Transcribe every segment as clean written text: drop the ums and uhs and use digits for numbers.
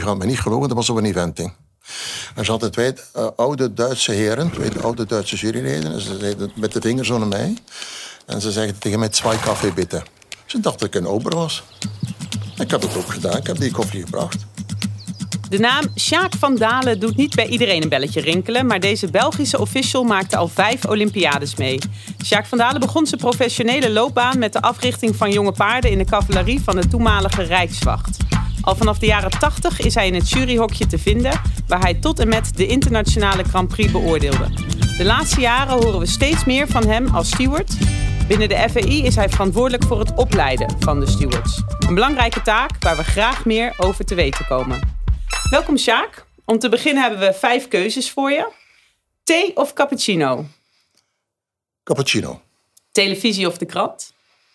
gaat me niet geloven, dat was op een eventing. Er zaten twee oude Duitse heren, twee oude Duitse juryleden. En ze zeiden met de vinger zo naar mij. En ze zeiden tegen mij 2 koffie bitte. Ze dacht dat ik een ober was. Ik heb het ook gedaan, ik heb die koffie gebracht. De naam Sjaak van Dalen doet niet bij iedereen een belletje rinkelen, maar deze Belgische official maakte al 5 Olympiades mee. Sjaak van Dalen begon zijn professionele loopbaan met de africhting van jonge paarden in de cavalerie van de toenmalige Rijkswacht. Al vanaf de jaren 80 is hij in het juryhokje te vinden, waar hij tot en met de internationale Grand Prix beoordeelde. De laatste jaren horen we steeds meer van hem als steward. Binnen de FAI is hij verantwoordelijk voor het opleiden van de stewards. Een belangrijke taak waar we graag meer over te weten komen. Welkom Sjaak. Om te beginnen hebben we 5 keuzes voor je. Thee of cappuccino? Cappuccino. Televisie of de krant?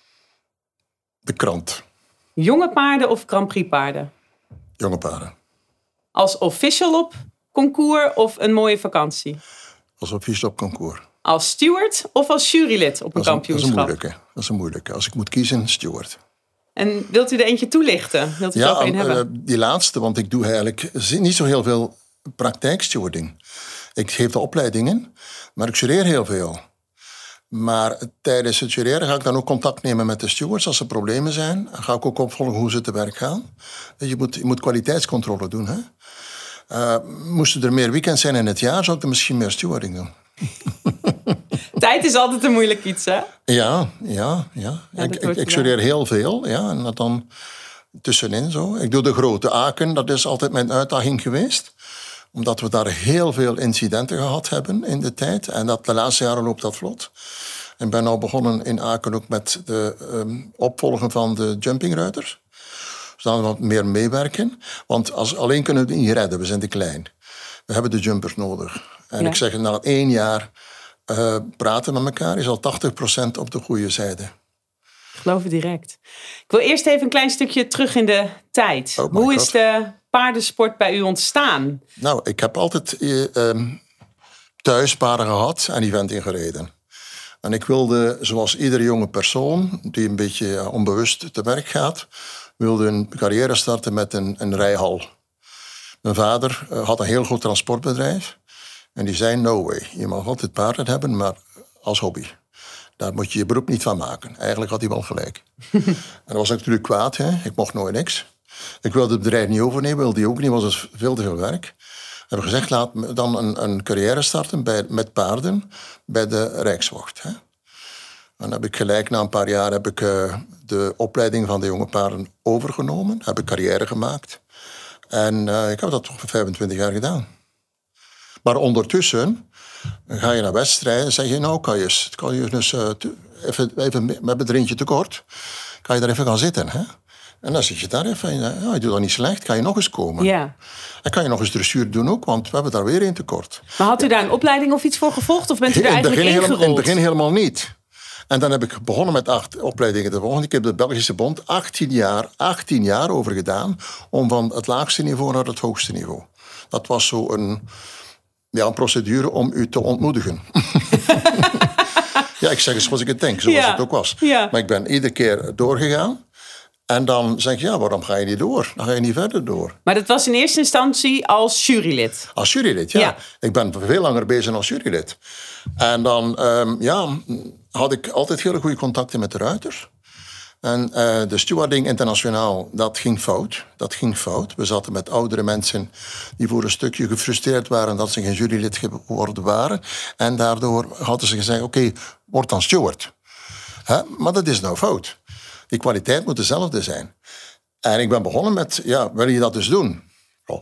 De krant. Jonge paarden of Grand Prix paarden? Jonge paarden. Als official op concours of een mooie vakantie? Als official op concours. Als steward of als jurylid op een kampioenschap? Dat is een moeilijke. Als ik moet kiezen, steward. En wilt u er eentje toelichten? Wilt u er ook een hebben? Die laatste, want ik doe eigenlijk niet zo heel veel praktijkstewarding. Ik geef de opleidingen, maar ik jureer heel veel. Maar tijdens het jureren ga ik dan ook contact nemen met de stewards als er problemen zijn. Dan ga ik ook opvolgen hoe ze te werk gaan. Je moet kwaliteitscontrole doen. Hè? Moesten er meer weekends zijn in het jaar, zou ik er misschien meer stewarding doen. Tijd is altijd een moeilijk iets, hè? Ja. Ik jureer heel veel. Ja, en dat dan tussenin zo. Ik doe de grote Aken, dat is altijd mijn uitdaging geweest. Omdat we daar heel veel incidenten gehad hebben in de tijd. En dat de laatste jaren loopt dat vlot. Ik ben al begonnen in Aken ook met de opvolgen van de jumpingruiters. Dus dan wat meer meewerken. Want alleen kunnen we het niet redden, we zijn te klein. We hebben de jumpers nodig. En ik zeg, na 1 jaar praten met elkaar is al 80% op de goede zijde. Ik geloof het direct. Ik wil eerst even een klein stukje terug in de tijd. Hoe is de paardensport bij u ontstaan? Nou, ik heb altijd thuis paarden gehad en eventing gereden. En ik wilde, zoals iedere jonge persoon die een beetje onbewust te werk gaat, wilde een carrière starten met een rijhal. Mijn vader had een heel groot transportbedrijf. En die zei, no way, je mag altijd paarden hebben, maar als hobby. Daar moet je je beroep niet van maken. Eigenlijk had hij wel gelijk. En dat was natuurlijk kwaad, hè? Ik mocht nooit niks. Ik wilde het bedrijf niet overnemen, wilde die ook niet, was dus veel te veel werk. We hebben gezegd, laat me dan een carrière starten met paarden bij de Rijkswacht. Hè? En dan heb ik gelijk, na een paar jaar, heb ik de opleiding van de jonge paarden overgenomen. Heb ik carrière gemaakt. En ik heb dat toch voor 25 jaar gedaan. Maar ondertussen ga je naar wedstrijden, zeg je, nou kan je dus even met het eentje tekort, kan je daar even gaan zitten. Hè? En dan zit je daar even en je doet dat niet slecht, kan je nog eens komen. Ja. En kan je nog eens dressuur doen ook, want we hebben daar weer 1 tekort. Maar had u daar een opleiding of iets voor gevolgd of bent u er eigenlijk ingerold? In het begin helemaal niet. En dan heb ik begonnen met 8 opleidingen te volgen. Ik heb de Belgische Bond 18 jaar over gedaan om van het laagste niveau naar het hoogste niveau. Dat was zo een procedure om u te ontmoedigen. Ja, ik zeg het zoals ik het denk, zoals het ook was. Ja. Maar ik ben iedere keer doorgegaan. En dan zeg je, waarom ga je niet door? Dan ga je niet verder door. Maar dat was in eerste instantie als jurylid? Als jurylid, ja. Ik ben veel langer bezig als jurylid. En dan had ik altijd hele goede contacten met de ruiters. En de stewarding internationaal, dat ging fout. We zaten met oudere mensen die voor een stukje gefrustreerd waren dat ze geen jurylid geworden waren. En daardoor hadden ze gezegd, oké, word dan steward. Maar dat is nou fout. Die kwaliteit moet dezelfde zijn. En ik ben begonnen met, wil je dat dus doen? Oh.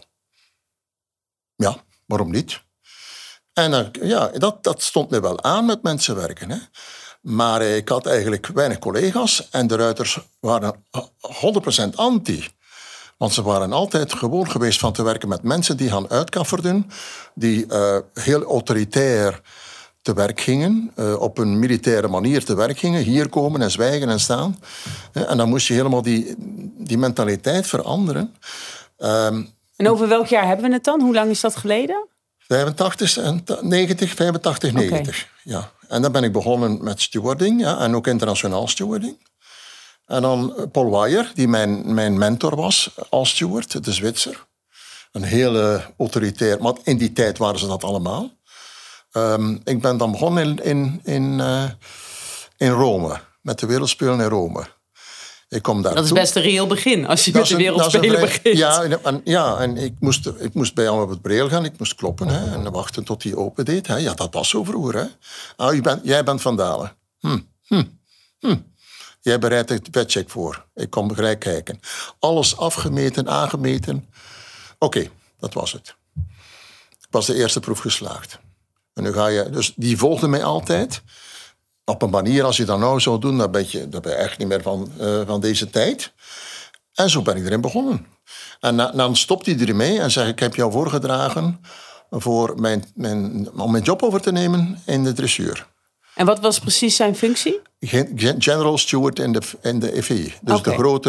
Ja, waarom niet? En dat stond me wel aan met mensen werken, hè. Maar ik had eigenlijk weinig collega's en de ruiters waren 100% anti. Want ze waren altijd gewoon geweest van te werken met mensen die gaan uitkafferden, die heel autoritair te werk gingen, op een militaire manier te werk gingen, hier komen en zwijgen en staan. En dan moest je helemaal die mentaliteit veranderen. En over welk jaar hebben we het dan? Hoe lang is dat geleden? 85, 90. Okay. Ja. En dan ben ik begonnen met stewarding, en ook internationaal stewarding. En dan Paul Weijer, die mijn mentor was als steward, de Zwitser. een hele autoritair... Maar in die tijd waren ze dat allemaal. Ik ben dan begonnen in Rome. Met de Wereldspelen in Rome. Ik kom daartoe. Dat is best een reëel begin als je met de Wereldspelen begint. Ja, en ik moest bij hem op het breel gaan. Ik moest kloppen en wachten tot hij open deed. Hè. Ja, dat was zo vroeger. Hè. Jij bent Van Dale. Jij bereidt de wetcheck voor. Ik kom gelijk kijken. Alles afgemeten, aangemeten. Oké, dat was het. Ik was de eerste proef geslaagd. En nu ga je... Dus die volgde mij altijd... Op een manier, als je dat nou zou doen, dan ben je echt niet meer van deze tijd. En zo ben ik erin begonnen. En dan stopt hij ermee en zegt: ik heb jou voorgedragen voor om mijn job over te nemen in de dressuur. En wat was precies zijn functie? General Steward in de FI. Dus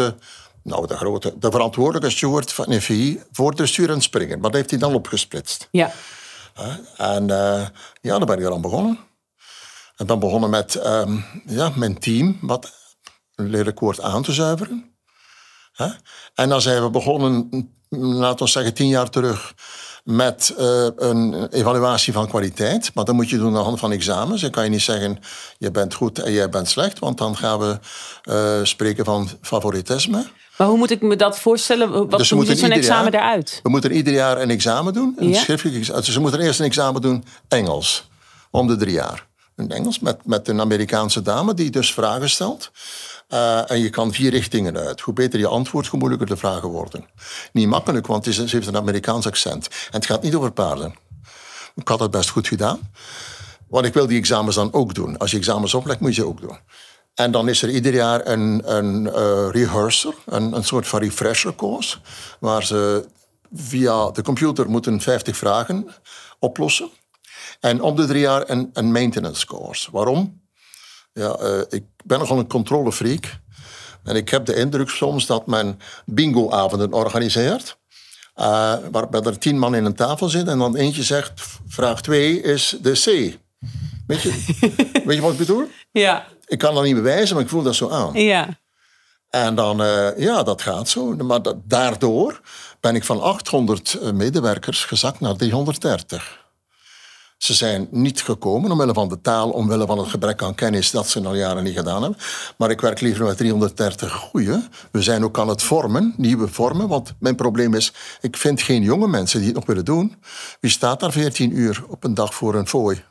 de verantwoordelijke steward van de FI voor dressuur en springen. Wat heeft hij dan opgesplitst? Ja. En dan ben ik er aan begonnen. Ik ben begonnen met mijn team, wat een lelijk woord, aan te zuiveren. En dan zijn we begonnen, laten we zeggen 10 jaar terug, met een evaluatie van kwaliteit. Maar dat moet je doen aan de hand van examens. Dan kan je niet zeggen, je bent goed en jij bent slecht, want dan gaan we spreken van favoritisme. Maar hoe moet ik me dat voorstellen? Hoe ziet zo'n examen eruit? We moeten ieder jaar een examen doen, een schriftelijk examen. Dus we moeten eerst een examen doen, Engels, om de 3 jaar. In Engels, met een Amerikaanse dame die dus vragen stelt. En je kan 4 richtingen uit. Hoe beter je antwoordt, hoe moeilijker de vragen worden. Niet makkelijk, want ze heeft een Amerikaans accent. En het gaat niet over paarden. Ik had het best goed gedaan. Want ik wil die examens dan ook doen. Als je examens oplegt, moet je ze ook doen. En dan is er ieder jaar een rehearsal, een soort van refresher course, waar ze via de computer moeten 50 vragen oplossen. En om de 3 jaar een maintenance course. Waarom? Ja, ik ben nogal een controlefreak. En ik heb de indruk soms dat men bingo-avonden organiseert. Waarbij er 10 man in een tafel zit en dan eentje zegt: vraag 2 is de C. Weet je wat ik bedoel? Ja. Ik kan dat niet bewijzen, maar ik voel dat zo aan. Ja. En dan, dat gaat zo. Maar daardoor ben ik van 800 medewerkers gezakt naar 330. Ze zijn niet gekomen omwille van de taal, omwille van het gebrek aan kennis dat ze al jaren niet gedaan hebben. Maar ik werk liever met 330 goeie. We zijn ook aan het vormen, nieuwe vormen. Want mijn probleem is, ik vind geen jonge mensen die het nog willen doen. Wie staat daar 14 uur op een dag voor een fooi?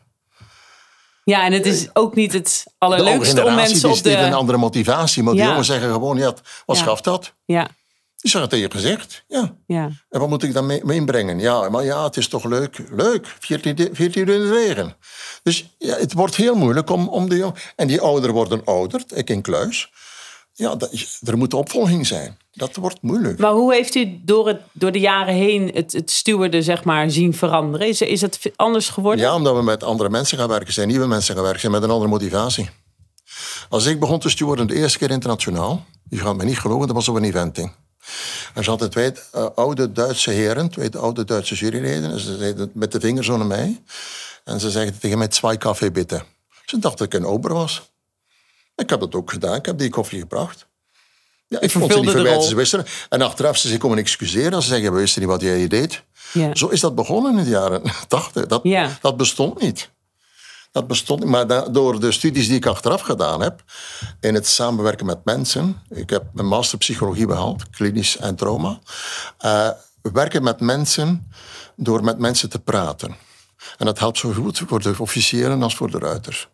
Ja, en het is ook niet het allerleukste om mensen op de... Die heeft een andere motivatie. Maar die jongens zeggen gewoon, wat schaft dat? Ja. Die zeggen tegen je gezicht, ja. En wat moet ik dan mee inbrengen? Ja, maar het is toch leuk. Leuk, 14 uur in de regen. Dus het wordt heel moeilijk om de jongen... En die ouderen worden ouder, ik in kluis. Ja, er moet opvolging zijn. Dat wordt moeilijk. Maar hoe heeft u door de jaren heen het stewarden, zeg maar, zien veranderen? Is het anders geworden? Ja, omdat we met andere mensen gaan werken zijn, nieuwe mensen gaan werken zijn, met een andere motivatie. Als ik begon te stewarden de eerste keer internationaal, je gaat me niet geloven, dat was op een eventing. Er zaten 2 oude Duitse heren, 2 oude Duitse juryleden. En ze zeiden met de vinger zo naar mij. En ze zeiden tegen mij 2 koffie bitte. Ze dachten dat ik een ober was. Ik heb dat ook gedaan. Ik heb die koffie gebracht. Ja, ik vond ze niet verwijten, ze wisten. En achteraf ze komen excuseren. En ze zeggen, we wisten niet wat jij deed. Ja. Zo is dat begonnen in de jaren 80. Dat bestond niet. Dat bestond niet. Maar door de studies die ik achteraf gedaan heb, in het samenwerken met mensen, ik heb mijn master psychologie behaald, klinisch en trauma, werken met mensen door met mensen te praten. En dat helpt zo goed voor de officieren als voor de ruiters.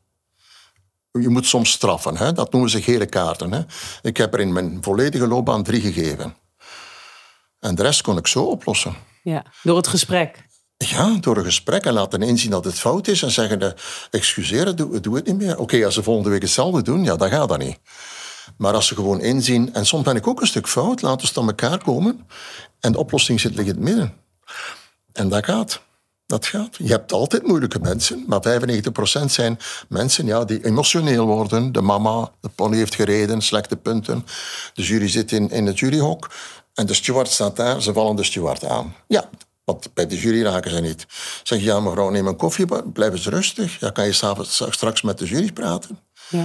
Je moet soms straffen, hè? Dat noemen ze gele kaarten. Hè? Ik heb er in mijn volledige loopbaan 3 gegeven. En de rest kon ik zo oplossen. Ja, door het gesprek. Ja, door een gesprek en laten inzien dat het fout is. En zeggen, excuseren, doe het niet meer. Oké, als ze volgende week hetzelfde doen, ja, dan gaat dat niet. Maar als ze gewoon inzien, en soms ben ik ook een stuk fout, laten ze dan elkaar komen. En de oplossing ligt in het midden. En dat gaat. Dat gaat. Je hebt altijd moeilijke mensen, maar 95% zijn mensen die emotioneel worden. De mama, de pony heeft gereden, slechte punten. De jury zit in het juryhok. En de steward staat daar, ze vallen de steward aan. Ja, want bij de jury raken ze niet. Zeg je, ja mevrouw, neem een koffie, blijf eens rustig. Ja, kan je straks met de jury praten. Ja.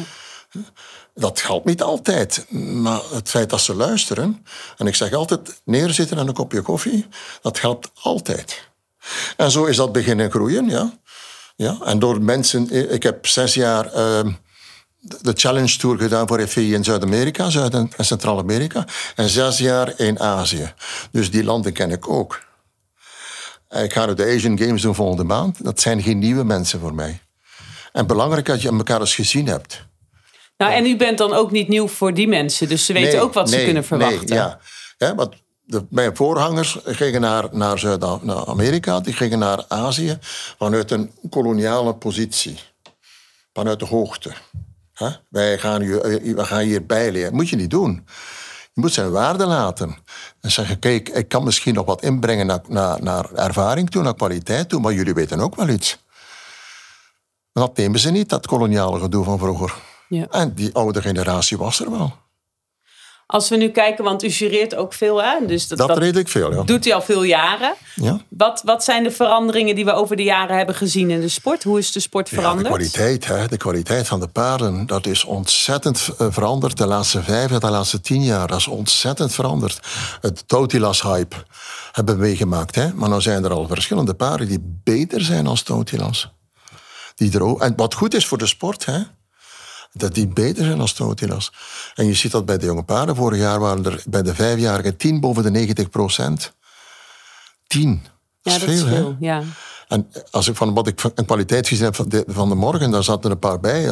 Dat geldt niet altijd. Maar het feit dat ze luisteren... En ik zeg altijd, neerzitten en een kopje koffie... Dat helpt altijd. En zo is dat beginnen groeien, ja. En door mensen... Ik heb 6 jaar de Challenge Tour gedaan voor FI in Zuid-Amerika... Zuid- en Centraal-Amerika. En 6 jaar in Azië. Dus die landen ken ik ook. Ik ga nu de Asian Games doen volgende maand. Dat zijn geen nieuwe mensen voor mij. En belangrijk dat je elkaar eens gezien hebt. Nou, en u bent dan ook niet nieuw voor die mensen. Dus ze weten ook wat ze kunnen verwachten. Ja, want mijn voorgangers gingen naar Zuid-Amerika. Die gingen naar Azië vanuit een koloniale positie. Vanuit de hoogte. We gaan hier bijleren. Moet je niet doen. Je moet zijn waarde laten. En zeggen, kijk, ik kan misschien nog wat inbrengen naar ervaring toe, naar kwaliteit toe. Maar jullie weten ook wel iets. Dat nemen ze niet, dat koloniale gedoe van vroeger. Ja. En die oude generatie was er wel. Als we nu kijken, want u jureert ook veel aan. Dus dat redelijk veel, ja. Doet u al veel jaren. Ja. Wat zijn de veranderingen die we over de jaren hebben gezien in de sport? Hoe is de sport veranderd? De kwaliteit van de paarden, dat is ontzettend veranderd. De laatste 5 en de laatste 10 jaar, dat is ontzettend veranderd. Het Totilas-hype hebben we meegemaakt. Hè? Maar nu zijn er al verschillende paarden die beter zijn als Totilas. En wat goed is voor de sport, hè? Dat die beter zijn als Totilas. En je ziet dat bij de jonge paarden. Vorig jaar waren er bij de 5-jarigen 10 boven de 90%. 10. Dat is veel. Ja. En als ik van wat ik een kwaliteit gezien heb van de morgen, daar zaten er een paar bij.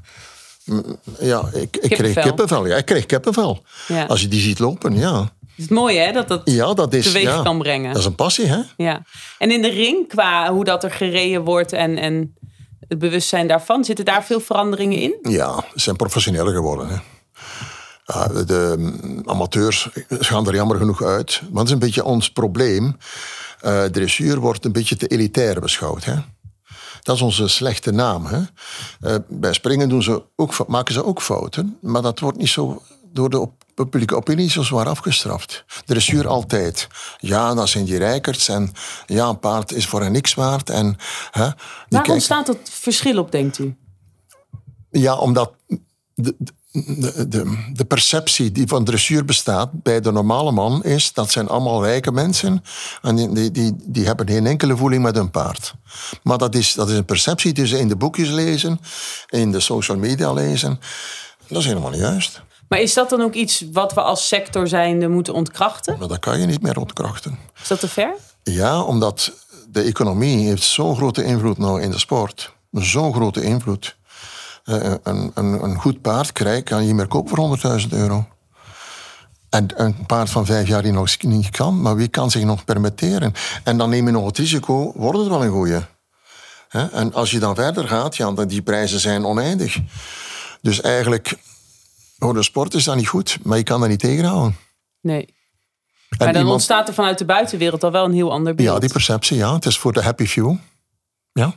Ik kreeg kippenvel. Ja, ik kreeg kippenvel. Ja. Als je die ziet lopen, ja. Het is mooi, hè, dat teweeg kan brengen. Dat is een passie, hè? Ja. En in de ring, qua hoe dat er gereden wordt en het bewustzijn daarvan, zitten daar veel veranderingen in? Ja, ze zijn professioneler geworden. Hè. De amateurs gaan er jammer genoeg uit. Maar dat is een beetje ons probleem. Dressuur wordt een beetje te elitair beschouwd. Hè. Dat is onze slechte naam. Hè. Bij springen maken ze ook fouten. Maar dat wordt niet zo door de publieke opinie zo zwaar afgestraft. Dressuur altijd. Ja, dat zijn die rijkerts. En ja, een paard is voor een niks waard. En, waar ontstaat dat verschil op, denkt u? Ja, omdat de perceptie die van dressuur bestaat bij de normale man is, dat zijn allemaal rijke mensen en die hebben geen enkele voeling met hun paard. Maar dat is een perceptie die ze in de boekjes lezen, in de social media lezen. Dat is helemaal niet juist. Maar is dat dan ook iets wat we als sector zijnde moeten ontkrachten? Maar dat kan je niet meer ontkrachten. Is dat te ver? Ja, omdat de economie heeft zo'n grote invloed nou in de sport. Zo'n grote invloed. Een goed paard kan je niet meer kopen voor €100.000. En een paard van 5 jaar die nog niet kan, maar wie kan zich nog permitteren? En dan neem je nog het risico, wordt het wel een goeie. En als je dan verder gaat, ja, dan die prijzen zijn oneindig. Dus eigenlijk, voor de sport is dat niet goed, maar je kan dat niet tegenhouden. Nee. Maar dan ontstaat er vanuit de buitenwereld al wel een heel ander beeld. Ja, die perceptie, ja. Het is voor de happy few. Ja.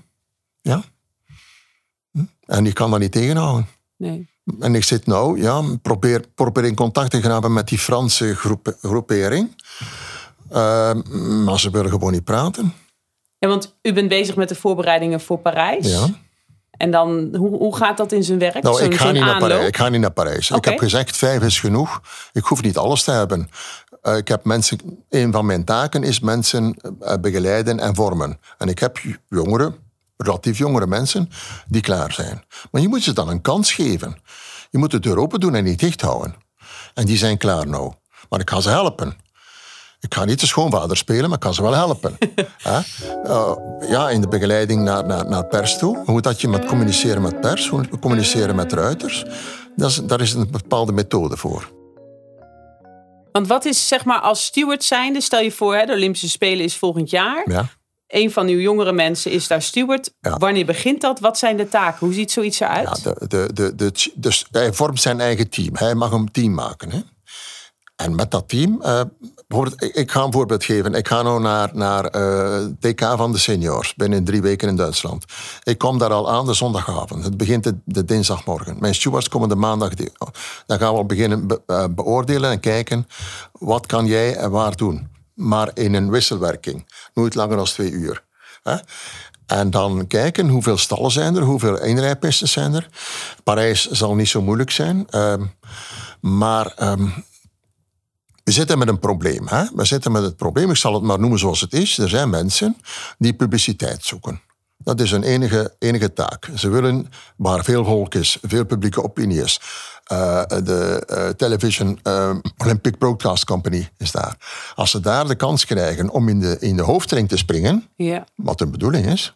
En je kan dat niet tegenhouden. Nee. En ik zit nou, probeer in contact te geraken met die Franse groepering. Maar ze willen gewoon niet praten. Ja, want u bent bezig met de voorbereidingen voor Parijs. Ja. En dan, hoe gaat dat in zijn werk? Nou, ik ga niet naar Parijs. Okay. Ik heb gezegd, 5 is genoeg. Ik hoef niet alles te hebben. Een van mijn taken is mensen begeleiden en vormen. En ik heb relatief jongere mensen die klaar zijn. Maar je moet ze dan een kans geven. Je moet de deur open doen en niet dicht houden. En die zijn klaar nou. Maar ik ga ze helpen. Ik ga niet de schoonvader spelen, maar ik kan ze wel helpen. In de begeleiding naar pers toe. Hoe dat je moet communiceren met pers, hoe communiceren met ruiters. Daar is een bepaalde methode voor. Want wat is, zeg maar, als steward zijnde, stel je voor, de Olympische Spelen is volgend jaar. Ja. Een van uw jongere mensen is daar steward. Ja. Wanneer begint dat? Wat zijn de taken? Hoe ziet zoiets eruit? Ja, dus hij vormt zijn eigen team. Hij mag een team maken. Hè? En met dat team... ik ga een voorbeeld geven. Ik ga nu naar TK van de seniors. Binnen 3 weken in Duitsland. Ik kom daar al aan de zondagavond. Het begint de dinsdagmorgen. Mijn stewards komen de maandag. Dan gaan we beginnen beoordelen en kijken. Wat kan jij en waar doen? Maar in een wisselwerking. Nooit langer dan 2 uur. En dan kijken hoeveel stallen zijn er, hoeveel eenrijpistes zijn er. Parijs zal niet zo moeilijk zijn. Maar we zitten met een probleem. Hè? We zitten met het probleem, ik zal het maar noemen zoals het is. Er zijn mensen die publiciteit zoeken. Dat is hun enige taak. Ze willen, waar veel volk is, veel publieke opinie is. De Television Olympic Broadcast Company is daar. Als ze daar de kans krijgen om in de hoofdring te springen, wat hun bedoeling is,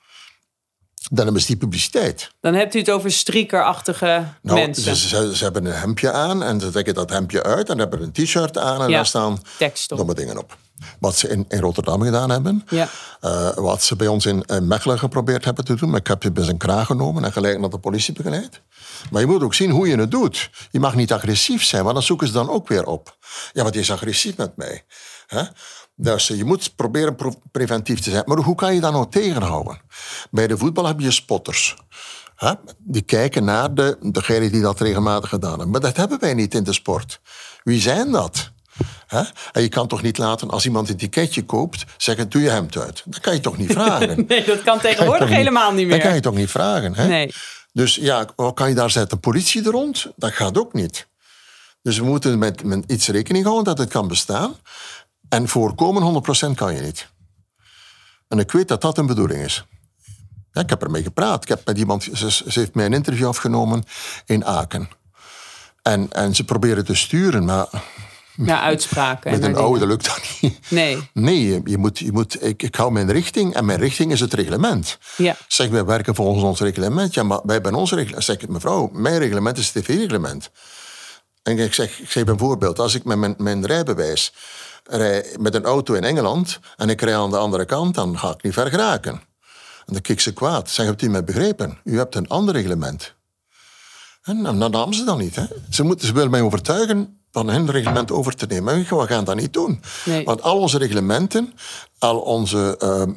dan hebben ze die publiciteit. Dan hebt u het over striekerachtige mensen. Ze hebben een hemdje aan en ze trekken dat hemdje uit en hebben een t-shirt aan en daar staan domme dingen op. Wat ze in Rotterdam gedaan hebben. Ja. Wat ze bij ons in Mechelen geprobeerd hebben te doen. Maar ik heb je bij zijn kraag genomen en gelijk naar de politie begeleid. Maar je moet ook zien hoe je het doet. Je mag niet agressief zijn, want dan zoeken ze dan ook weer op. Ja, want die is agressief met mij. Hè? Dus je moet proberen preventief te zijn. Maar hoe kan je dat nou tegenhouden? Bij de voetbal heb je spotters. Hè? Die kijken naar degene die dat regelmatig gedaan hebben. Maar dat hebben wij niet in de sport. Wie zijn dat? Hè? En je kan toch niet laten, als iemand een ticketje koopt, zeggen, doe je hemd uit. Dat kan je toch niet vragen? Nee, dat kan tegenwoordig helemaal niet meer. Dat kan je toch niet vragen? Hè? Nee. Dus ja, wat kan je daar zetten? Politie er rond? Dat gaat ook niet. Dus we moeten met iets rekening houden dat het kan bestaan. En voorkomen 100% kan je niet. En ik weet dat dat een bedoeling is. Ja, ik heb ermee gepraat. Ik heb met iemand, ze heeft mij een interview afgenomen in Aken. En ze proberen te sturen, maar Ja, uitspraken. Met een oude lukt dat niet. Nee, je moet, ik hou mijn richting en mijn richting is het reglement. Ja. Zeg, wij werken volgens ons reglement. Ja, maar wij hebben ons reglement. Zeg, mevrouw, mijn reglement is het tv-reglement. En ik zeg bijvoorbeeld, als ik met mijn rijbewijs rij met een auto in Engeland en ik rij aan de andere kant, dan ga ik niet ver geraken. En dan kijk ze kwaad. Zeg, hebt u mij begrepen? U hebt een ander reglement. En dat namen ze dan niet. Hè. Ze willen mij overtuigen van hun reglement over te nemen. Maar we gaan dat niet doen. Nee. Want al onze reglementen, al onze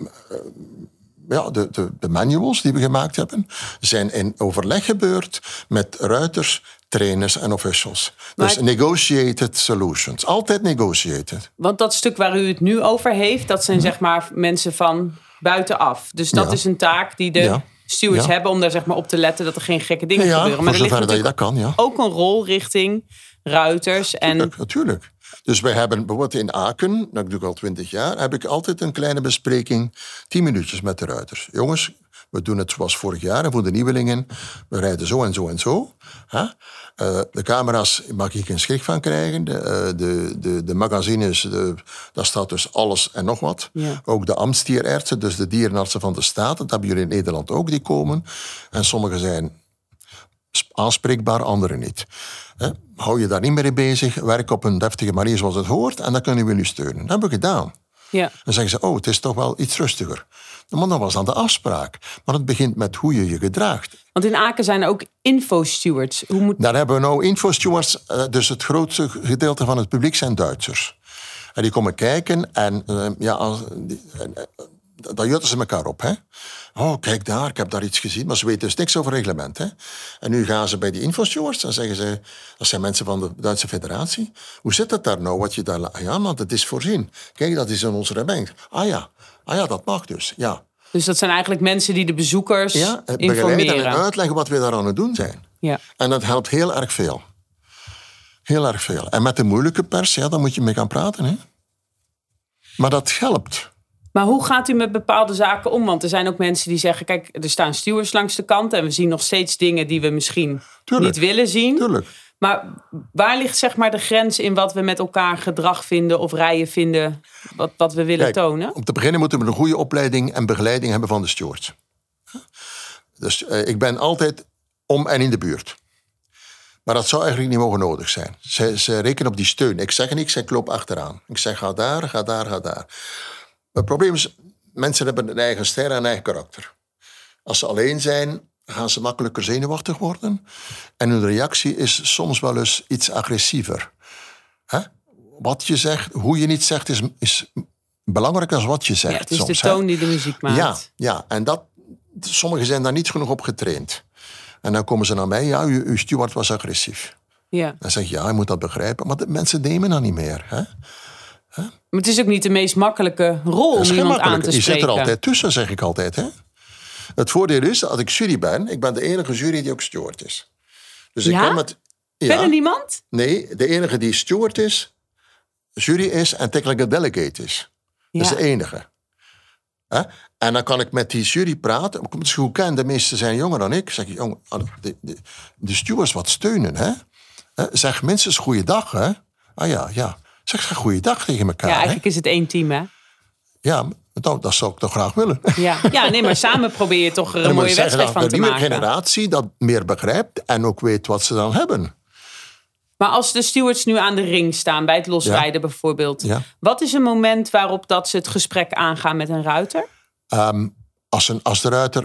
de manuals die we gemaakt hebben, zijn in overleg gebeurd met ruiters, trainers en officials. Dus negotiated solutions. Altijd negotiated. Want dat stuk waar u het nu over heeft, dat zijn zeg maar mensen van buitenaf. Dus dat is een taak die de stewards hebben om daar zeg maar op te letten dat er geen gekke dingen gebeuren. Maar er ligt natuurlijk ook een rol richting ruiters. Natuurlijk. Dus wij hebben bijvoorbeeld in Aken, dat doe ik al 20 jaar, heb ik altijd een kleine bespreking, 10 minuutjes met de ruiters. Jongens, we doen het zoals vorig jaar en voor de nieuwelingen, we rijden zo en zo en zo. De camera's mag ik een schrik van krijgen. De magazines, daar staat dus alles en nog wat. Ja. Ook de ambtsdierenartsen, dus de dierenartsen van de staat. Dat hebben jullie in Nederland ook, die komen. En sommigen zijn aanspreekbaar, anderen niet. Hou je daar niet meer in bezig, werk op een deftige manier zoals het hoort en dan kunnen we nu steunen. Dat hebben we gedaan. Ja. Dan zeggen ze, het is toch wel iets rustiger. Maar dat was dan de afspraak. Maar het begint met hoe je je gedraagt. Want in Aken zijn er ook infostewards. Daar hebben we nou infostewards. Dus het grootste gedeelte van het publiek zijn Duitsers. En die komen kijken en dan jutten ze elkaar op. Hè? Oh, kijk daar, ik heb daar iets gezien. Maar ze weten dus niks over reglement. Hè? En nu gaan ze bij die infostewards en zeggen ze, dat zijn mensen van de Duitse federatie. Hoe zit het daar nou? Wat je daar... Ja, maar dat is voorzien. Kijk, dat is in ons reglement. Ah ja, dat mag dus. Ja. Dus dat zijn eigenlijk mensen die de bezoekers informeren. Begeleiden en uitleggen wat we daar aan het doen zijn. Ja. En dat helpt heel erg veel. Heel erg veel. En met de moeilijke pers, daar moet je mee gaan praten. Hè? Maar dat helpt. Maar hoe gaat u met bepaalde zaken om? Want er zijn ook mensen die zeggen, kijk, er staan stewards langs de kant en we zien nog steeds dingen die we misschien niet willen zien. Tuurlijk. Maar waar ligt zeg maar de grens in wat we met elkaar gedrag vinden of rijen vinden, wat we willen tonen? Om te beginnen moeten we een goede opleiding en begeleiding hebben van de stewards. Dus ik ben altijd om en in de buurt. Maar dat zou eigenlijk niet mogen nodig zijn. Ze rekenen op die steun. Ik zeg niks, ik loop achteraan. Ik zeg ga daar, ga daar, ga daar. Het probleem is, mensen hebben een eigen stijl en een eigen karakter. Als ze alleen zijn, gaan ze makkelijker zenuwachtig worden. En hun reactie is soms wel eens iets agressiever. Wat je zegt, hoe je niet zegt, is belangrijker dan wat je zegt. Ja, het is soms, de toon die de muziek maakt. Ja, en sommigen zijn daar niet genoeg op getraind. En dan komen ze naar mij, uw steward was agressief. Ja. Dan zeg ik, je moet dat begrijpen. Maar de mensen nemen dat niet meer. Hè? Maar het is ook niet de meest makkelijke rol om iemand aan te spreken. Je zit er altijd tussen, zeg ik altijd. Hè? Het voordeel is dat ik jury ben. Ik ben de enige jury die ook steward is. Dus ik kan met... Verder niemand? Nee, de enige die steward is, jury is en technical delegate is. Dat is de enige. En dan kan ik met die jury praten. Ik moet ze goed kennen, de meesten zijn jonger dan ik. Zeg ik, jongen, de stewards wat steunen. Hè? Zeg minstens goeiedag. Hè? Ja. Zeg goeiedag tegen elkaar. Ja, eigenlijk is het één team, hè? Ja, dat zou ik toch graag willen. Ja, nee, maar samen probeer je toch er een mooie wedstrijd van te maken. De nieuwe generatie dat meer begrijpt en ook weet wat ze dan hebben. Maar als de stewards nu aan de ring staan, bij het losrijden bijvoorbeeld. Ja. Wat is een moment waarop dat ze het gesprek aangaan met een ruiter? Als de ruiter...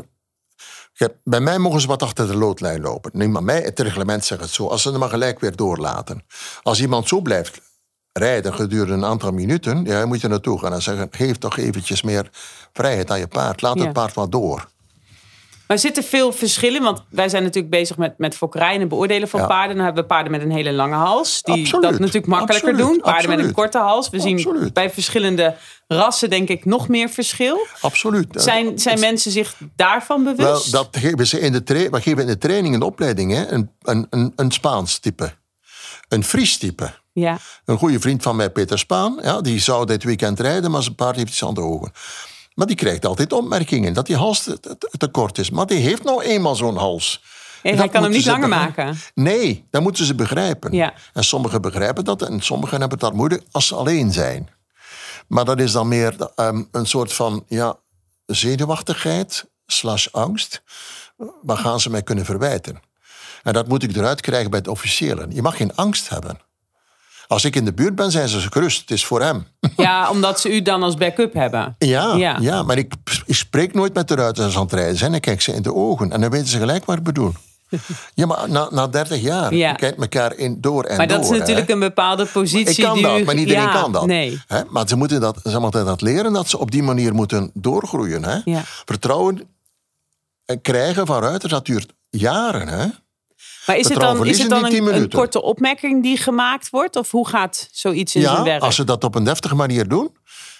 Bij mij mogen ze wat achter de loodlijn lopen. Nee, maar het reglement zegt het zo. Als ze hem maar gelijk weer doorlaten. Als iemand zo blijft rijden gedurende een aantal minuten... Ja, moet je naartoe gaan en zeggen... geef toch eventjes meer vrijheid aan je paard. Laat het paard maar door. Maar zitten veel verschillen? Want wij zijn natuurlijk bezig met fokkerij en het beoordelen van paarden. Dan hebben we paarden met een hele lange hals. Die dat natuurlijk makkelijker doen. Paarden met een korte hals. We zien bij verschillende rassen denk ik nog meer verschil. Absoluut. Zijn mensen zich daarvan bewust? Wel, dat geven ze we geven in de training en de opleiding. Hè, een Spaans type. Een Fries type. Ja. Een goede vriend van mij, Peter Spaan. Ja, die zou dit weekend rijden, maar zijn paard heeft iets aan de ogen. Maar die krijgt altijd opmerkingen dat die hals te kort is. Maar die heeft nou eenmaal zo'n hals. En hij kan hem niet langer maken. Nee, dat moeten ze begrijpen. Ja. En sommigen begrijpen dat en sommigen hebben het daar moeilijk als ze alleen zijn. Maar dat is dan meer een soort van zenuwachtigheid / angst. Waar gaan ze mij kunnen verwijten? En dat moet ik eruit krijgen bij de officiëlen. Je mag geen angst hebben. Als ik in de buurt ben, zijn ze gerust. Het is voor hem. Ja, omdat ze u dan als backup hebben. Ja, maar ik spreek nooit met de ruiters als ze aan het rijden zijn. Ik kijk ze in de ogen en dan weten ze gelijk wat ik bedoel. Ja, maar na 30 jaar kijkt elkaar door en door. Maar dat is natuurlijk een bepaalde positie. Ik kan dat, maar niet iedereen kan dat. Nee. Maar ze moeten dat leren dat ze op die manier moeten doorgroeien. Hè? Ja. Vertrouwen krijgen van ruiters, dat duurt jaren. Hè? Maar is het dan een korte opmerking die gemaakt wordt? Of hoe gaat zoiets in zijn werk? Ja, als ze dat op een deftige manier doen.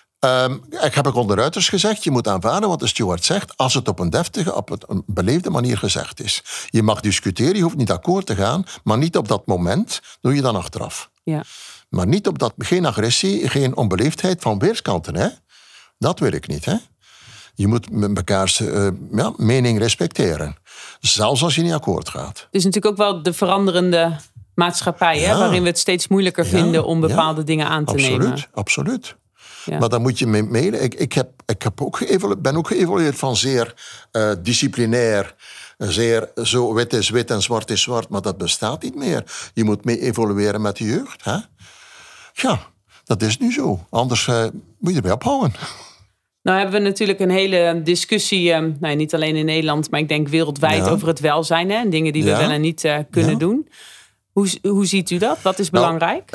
Ik heb ook onder ruiters gezegd, je moet aanvaarden wat de steward zegt, als het op een deftige, op een beleefde manier gezegd is. Je mag discussiëren, je hoeft niet akkoord te gaan, maar niet op dat moment, doe je dan achteraf. Ja. Maar niet op dat, geen agressie, geen onbeleefdheid van weerskanten. Hè? Dat wil ik niet. Hè? Je moet mekaars mening respecteren. Zelfs als je niet akkoord gaat. Het is natuurlijk ook wel de veranderende maatschappij, hè, waarin we het steeds moeilijker vinden om bepaalde dingen aan te nemen. Absoluut. Ja. Maar dan moet je mee. Ik ben ook geëvolueerd van zeer disciplinair. Zeer zo wit is wit en zwart is zwart. Maar dat bestaat niet meer. Je moet mee evolueren met de jeugd. Hè? Ja, dat is nu zo. Anders moet je erbij ophouden. Nou hebben we natuurlijk een hele discussie, niet alleen in Nederland, maar ik denk wereldwijd over het welzijn. Hè, en dingen die we wel en niet kunnen doen. Hoe ziet u dat? Wat is belangrijk?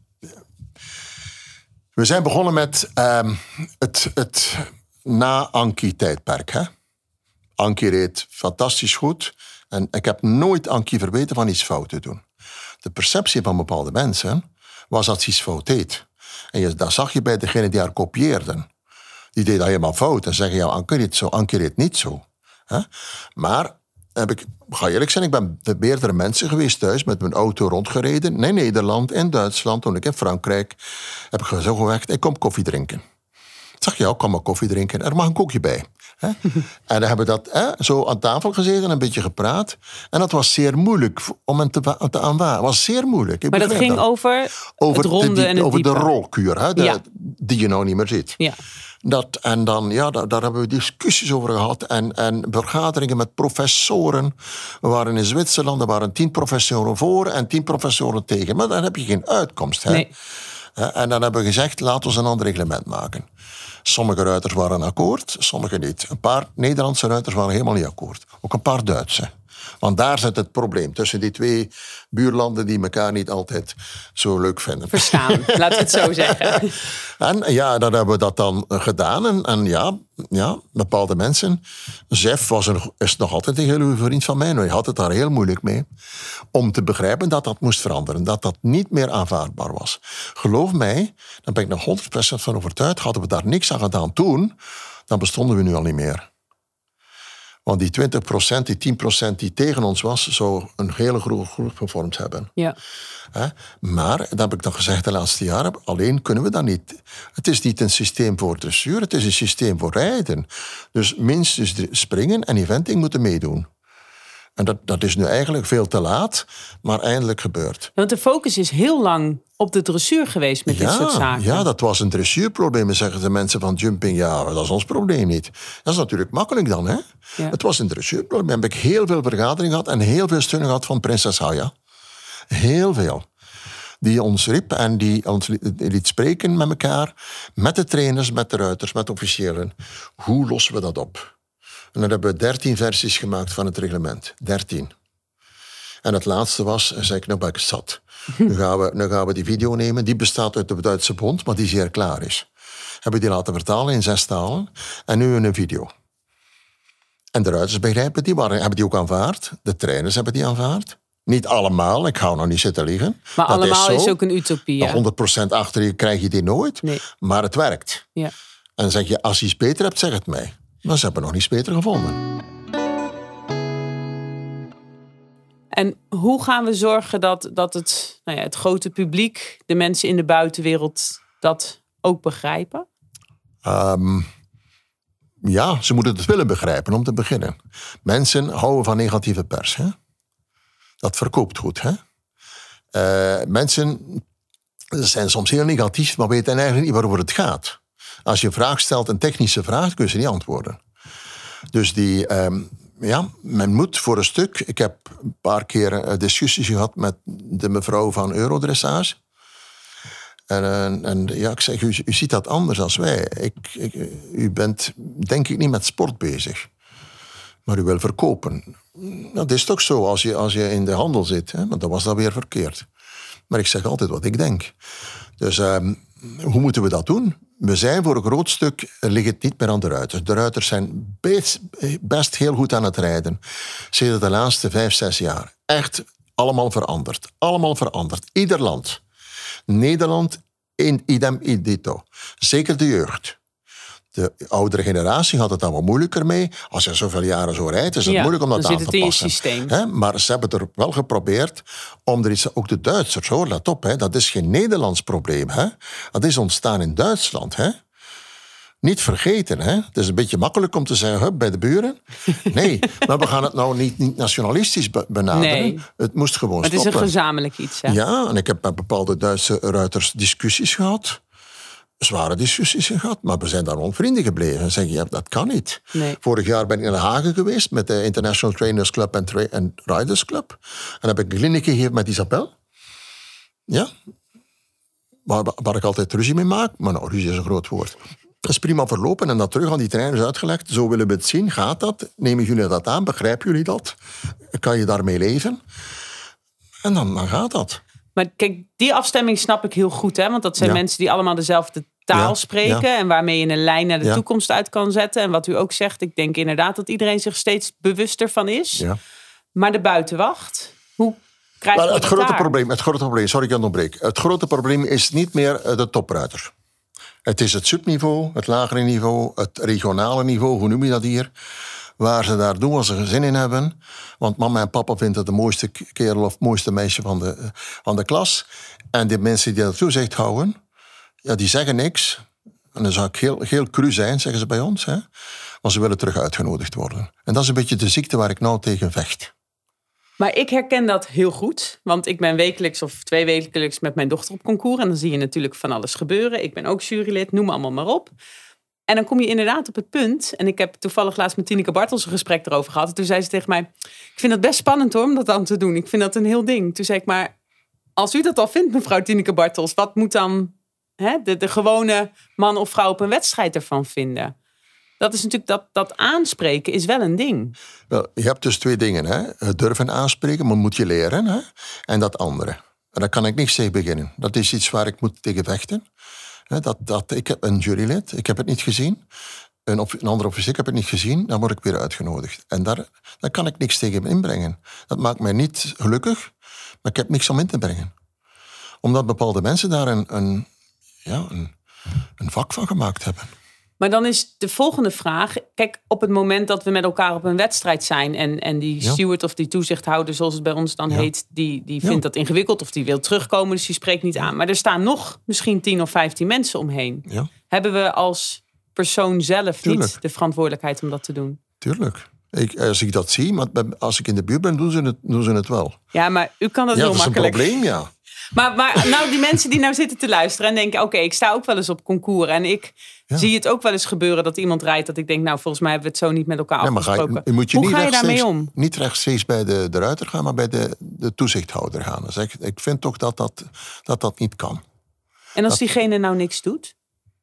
We zijn begonnen met het na-Ankie-tijdperk. Hè? Ankie reed fantastisch goed. En ik heb nooit Ankie verweten van iets fout te doen. De perceptie van bepaalde mensen was dat ze iets fout deed. En dat zag je bij degenen die haar kopieerden. Die deed dat helemaal fout. En zeggen, Ankie reed zo, Ankie reed niet zo. Hè? Maar... Ik ga eerlijk zijn, ik ben bij meerdere mensen geweest thuis met mijn auto rondgereden. In Nederland, in Duitsland, toen ik in Frankrijk. Heb ik zo gezegd, ik kom koffie drinken. Ik zeg, kom maar koffie drinken, er mag een koekje bij. Hè? En dan hebben we dat zo aan tafel gezeten en een beetje gepraat. En dat was zeer moeilijk om hem te aanvaarden. Het was zeer moeilijk. Maar dat ging over het ronde en het over diepe. De rolkuur, die je nou niet meer ziet. Ja. Daar hebben we discussies over gehad. En vergaderingen met professoren. We waren in Zwitserland, er waren 10 professoren voor en 10 professoren tegen. Maar dan heb je geen uitkomst. Hè? Nee. En dan hebben we gezegd, laten we een ander reglement maken. Sommige ruiters waren akkoord, sommige niet. Een paar Nederlandse ruiters waren helemaal niet akkoord. Ook een paar Duitse. Want daar zit het probleem. Tussen die twee buurlanden die elkaar niet altijd zo leuk vinden. Verstaan, laten we het zo zeggen. En ja, dan hebben we dat dan gedaan. En ja, bepaalde mensen. Zef is nog altijd een hele goede vriend van mij. Hij had het daar heel moeilijk mee. Om te begrijpen dat dat moest veranderen. Dat dat niet meer aanvaardbaar was. Geloof mij, daar ben ik nog 100% van overtuigd. Hadden we daar niks aan gedaan toen, dan bestonden we nu al niet meer. Want die 20%, die 10% die tegen ons was, zou een hele grote groep gevormd hebben. Ja. Maar, dat heb ik nog gezegd de laatste jaren, alleen kunnen we dat niet. Het is niet een systeem voor dressuur, het is een systeem voor rijden. Dus minstens springen en eventing moeten meedoen. En dat is nu eigenlijk veel te laat, maar eindelijk gebeurd. Want de focus is heel lang op de dressuur geweest met dit soort zaken. Ja, dat was een dressuurprobleem, zeggen de mensen van jumping. Ja, dat is ons probleem niet. Dat is natuurlijk makkelijk dan, hè? Ja. Het was een dressuurprobleem. Daar heb ik heel veel vergaderingen gehad en heel veel steun gehad van prinses Haya. Heel veel. Die ons riep en die ons liet spreken met elkaar, met de trainers, met de ruiters, met de officiëlen. Hoe lossen we dat op? En dan hebben we 13 versies gemaakt van het reglement. 13. En het laatste was, zei ik, nou ben ik zat. Nu gaan we die video nemen. Die bestaat uit de Duitse bond, maar die zeer klaar is. Hebben die laten vertalen in 6 talen. En nu in een video. En de ruiters begrijpen die, hebben die ook aanvaard. De trainers hebben die aanvaard. Niet allemaal, ik ga nog niet zitten liggen. Maar dat allemaal is ook een utopie. Ja. 100% achter je krijg je die nooit. Nee. Maar het werkt. Ja. En zeg je, als je iets beter hebt, zeg het mij. Maar ze hebben nog niets beter gevonden. En hoe gaan we zorgen dat het grote publiek, de mensen in de buitenwereld, dat ook begrijpen? Ja, ze moeten het willen begrijpen om te beginnen. Mensen houden van negatieve pers. Hè? Dat verkoopt goed. Hè? Mensen zijn soms heel negatief, maar weten eigenlijk niet waarover het gaat. Als je een vraag stelt, een technische vraag, kun je ze niet antwoorden. Dus men moet voor een stuk. Ik heb een paar keer discussies gehad met de mevrouw van Eurodressage. En ik zeg, u ziet dat anders dan wij. U bent, denk ik, niet met sport bezig. Maar u wil verkopen. Dat is toch zo als je in de handel zit. Hè? Maar dan was dat weer verkeerd. Maar ik zeg altijd wat ik denk. Dus hoe moeten we dat doen? We zijn voor een groot stuk, ligt het niet meer aan de ruiters. De ruiters zijn best heel goed aan het rijden. Sinds de laatste 5-6 jaar. Echt allemaal veranderd. Allemaal veranderd. Ieder land. Nederland, idem idito. Zeker de jeugd. De oudere generatie had het dan wat moeilijker mee. Als je zoveel jaren zo rijdt, is het moeilijk om dat aan te passen. In je systeem. Maar ze hebben er wel geprobeerd om er iets... Ook de Duitsers, hoor, let op. Dat is geen Nederlands probleem. Dat is ontstaan in Duitsland. Niet vergeten. Het is een beetje makkelijk om te zeggen, bij de buren. Nee, maar we gaan het nou niet nationalistisch benaderen. Nee. Het moest gewoon stoppen. Het is een gezamenlijk iets. Hè? Ja, en ik heb met bepaalde Duitse ruiters discussies gehad. Zware discussies gehad, maar we zijn daar onvrienden gebleven. En zeggen, ja, dat kan niet. Nee. Vorig jaar ben ik naar Hagen geweest met de International Trainers Club en Riders Club. En heb ik een kliniek gegeven met Isabel. Ja. Waar ik altijd ruzie mee maak. Maar nou, ruzie is een groot woord. Dat is prima verlopen en dat terug aan die trainers uitgelegd. Zo willen we het zien. Gaat dat? Nemen jullie dat aan? Begrijpen jullie dat? Kan je daarmee leven? En dan gaat dat. Maar kijk, die afstemming snap ik heel goed. Hè? Want dat zijn mensen die allemaal dezelfde taal spreken. Ja. En waarmee je een lijn naar de toekomst uit kan zetten. En wat u ook zegt, ik denk inderdaad dat iedereen zich steeds bewuster van is. Ja. Maar de buitenwacht, hoe krijgen we het grote probleem, sorry ik onderbreek. Het grote probleem is niet meer de topruiter. Het is het subniveau, het lagere niveau, het regionale niveau, hoe noem je dat hier? Waar ze daar doen als ze er zin in hebben. Want mama en papa vinden het de mooiste kerel of mooiste meisje van de klas. En die mensen die dat toezicht houden, ja, die zeggen niks. En dan zou ik heel cru zijn, zeggen ze bij ons. Hè? Maar ze willen terug uitgenodigd worden. En dat is een beetje de ziekte waar ik nou tegen vecht. Maar ik herken dat heel goed. Want ik ben wekelijks of 2 wekelijks met mijn dochter op concours. En dan zie je natuurlijk van alles gebeuren. Ik ben ook jurylid, noem allemaal maar op. En dan kom je inderdaad op het punt. En ik heb toevallig laatst met Tineke Bartels een gesprek erover gehad. En toen zei ze tegen mij, ik vind het best spannend hoor, om dat dan te doen. Ik vind dat een heel ding. Toen zei ik, maar als u dat al vindt, mevrouw Tineke Bartels, wat moet dan de gewone man of vrouw op een wedstrijd ervan vinden? Dat is natuurlijk dat aanspreken is wel een ding. Wel, je hebt dus 2 dingen. Hè? Het durven aanspreken, maar moet je leren. Hè? En dat andere. En daar kan ik niks tegen beginnen. Dat is iets waar ik moet tegen vechten. Ik heb een jurylid, ik heb het niet gezien. Een andere officier, ik heb het niet gezien. Dan word ik weer uitgenodigd. En daar kan ik niks tegen inbrengen. Dat maakt mij niet gelukkig, maar ik heb niks om in te brengen. Omdat bepaalde mensen daar een vak van gemaakt hebben. Maar dan is de volgende vraag. Kijk, op het moment dat we met elkaar op een wedstrijd zijn en die steward of die toezichthouder, zoals het bij ons dan heet, die vindt dat ingewikkeld of die wil terugkomen, dus die spreekt niet aan. Maar er staan nog misschien 10 of 15 mensen omheen. Ja. Hebben we als persoon zelf niet de verantwoordelijkheid om dat te doen? Tuurlijk. Als ik dat zie, maar als ik in de buurt ben, doen ze het wel. Ja, maar u kan dat heel makkelijk. Dat is een probleem, ja. Maar nou, die mensen die nou zitten te luisteren en denken, oké, ik sta ook wel eens op concours en ik zie het ook wel eens gebeuren dat iemand rijdt dat ik denk, nou, volgens mij hebben we het zo niet met elkaar afgesproken. Hoe ga je daarmee om? Niet rechtstreeks bij de ruiter gaan, maar bij de toezichthouder gaan. Dus ik vind toch dat niet kan. En als diegene nou niks doet?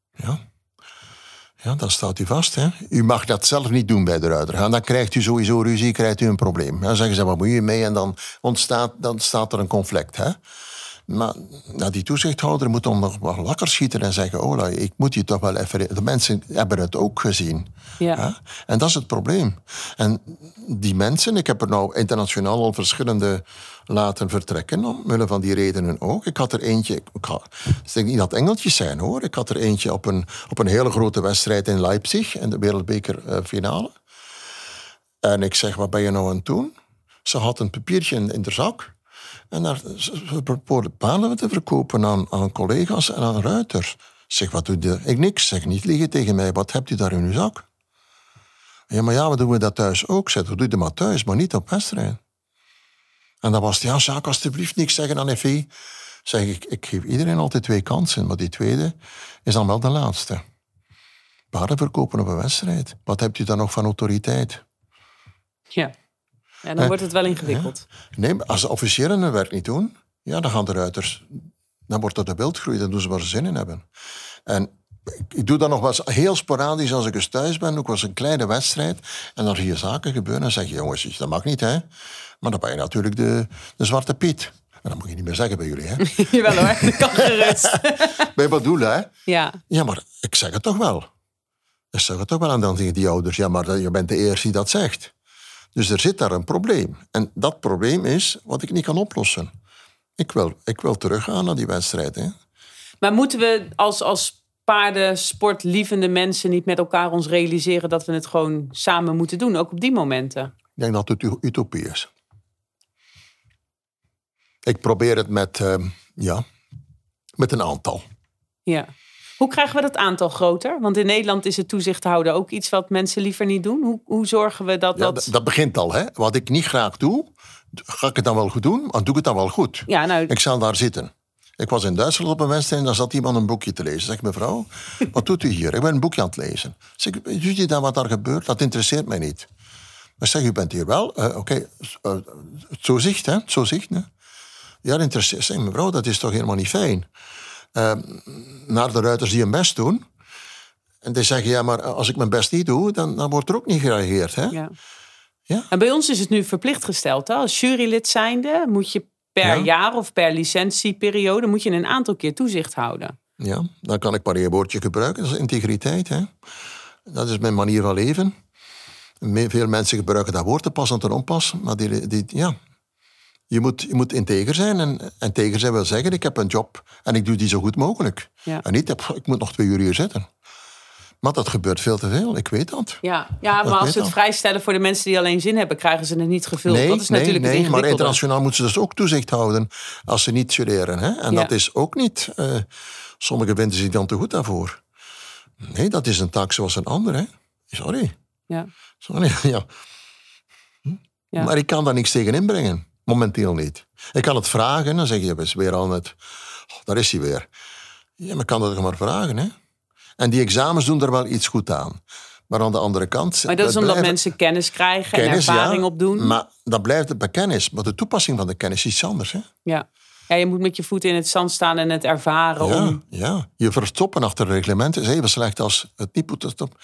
Ja, dan staat u vast. Hè. U mag dat zelf niet doen bij de ruiter gaan. Dan krijgt u sowieso ruzie, krijgt u een probleem. Dan zeggen ze, wat moet je mee? En dan staat er een conflict. Hè. Maar die toezichthouder moet dan nog wel wakker schieten en zeggen, ik moet je toch wel even... De mensen hebben het ook gezien. Ja. Hè? En dat is het probleem. En die mensen, ik heb er nou internationaal al verschillende laten vertrekken, omwille van die redenen ook. Ik had er eentje, ik denk niet dat engeltjes zijn hoor, ik had er eentje op een hele grote wedstrijd in Leipzig, in de wereldbekerfinale. En ik zeg, wat ben je nou aan het doen? Ze had een papiertje in de zak. En daar bepalen te verkopen aan collega's en aan ruiters. Zeg, wat doe je? Ik niks, zeg niet liegen tegen mij. Wat hebt u daar in uw zak? Ja, maar we doen dat thuis ook. Zeg, doe je maar thuis, maar niet op wedstrijd. En dan was het, Jacques, alsjeblieft niks zeggen aan FI. Zeg ik geef iedereen altijd 2 kansen, maar die tweede is dan wel de laatste. Paarden verkopen op een wedstrijd. Wat hebt u dan nog van autoriteit? Ja. En dan wordt het wel ingewikkeld. Nee, maar als de officieren hun werk niet doen, dan gaan de ruiters... Dan wordt dat de wildgroei, dan doen ze waar ze zin in hebben. En ik doe dat nog wel eens heel sporadisch als ik eens thuis ben. Ook was een kleine wedstrijd. En dan zie je zaken gebeuren en zeg je, jongens, dat mag niet, hè. Maar dan ben je natuurlijk de zwarte Piet. En dat moet je niet meer zeggen bij jullie, hè. Jawel hoor, dat kan gerust. Ben je wat doen, hè? Ja. Ja, maar ik zeg het toch wel. Ik zeg het toch wel. En dan zeggen die ouders, ja, maar je bent de eerste die dat zegt. Dus er zit daar een probleem. En dat probleem is wat ik niet kan oplossen. Ik wil teruggaan naar die wedstrijd. Hè. Maar moeten we als paardensportlievende mensen niet met elkaar ons realiseren dat we het gewoon samen moeten doen, ook op die momenten? Ik denk dat het utopie is. Ik probeer het met een aantal. Ja. Hoe krijgen we dat aantal groter? Want in Nederland is het toezichthouder ook iets wat mensen liever niet doen. Hoe zorgen we dat... Dat begint al. Hè? Wat ik niet graag doe, ga ik het dan wel goed doen, maar doe ik het dan wel goed. Ja, nou... Ik zal daar zitten. Ik was in Duitsland op een wedstrijd en daar zat iemand een boekje te lezen. Zeg, mevrouw, wat doet u hier? Ik ben een boekje aan het lezen. Zeg, ziet u dan wat daar gebeurt? Dat interesseert mij niet. Maar zeg, u bent hier wel. Oké, zo zicht, hè? Zo zicht, hè? Ja, dat interesseert. Zeg, mevrouw, dat is toch helemaal niet fijn. Naar de ruiters die hun best doen. En die zeggen, ja, maar als ik mijn best niet doe, dan wordt er ook niet gereageerd. Hè? Ja. Ja? En bij ons is het nu verplicht gesteld. Hè? Als jurylid zijnde moet je per jaar of per licentieperiode moet je een aantal keer toezicht houden. Ja, dan kan ik maar één woordje gebruiken. Dat is integriteit. Hè? Dat is mijn manier van leven. Veel mensen gebruiken dat woord te pas en te onpas. Maar je moet integer zijn. En integer zijn wil zeggen, ik heb een job en ik doe die zo goed mogelijk. Ja. En niet, ik moet nog 2 uur hier zitten. Maar dat gebeurt veel te veel, ik weet dat. Ja, maar als ze het vrijstellen voor de mensen die alleen zin hebben, krijgen ze het niet gevuld. Dat is natuurlijk het ingewikkelde. Maar internationaal moeten ze dus ook toezicht houden als ze niet studeren. Hè? En dat is ook niet... sommigen vinden zich dan te goed daarvoor. Nee, dat is een taak zoals een ander. Hè? Sorry. Ja. Sorry, ja. Maar ik kan daar niks tegen inbrengen. Momenteel niet. Ik kan het vragen, dan zeg je, is weer al net... daar is hij weer. Ja, maar ik kan dat toch maar vragen, hè? En die examens doen er wel iets goed aan. Maar aan de andere kant... Maar dat is omdat mensen kennis krijgen en ervaring opdoen. Maar dat blijft het bij kennis. Maar de toepassing van de kennis is iets anders, hè? Ja, je moet met je voet in het zand staan en het ervaren. Ja, je verstoppen achter reglementen is even slecht als het niet moeten stoppen.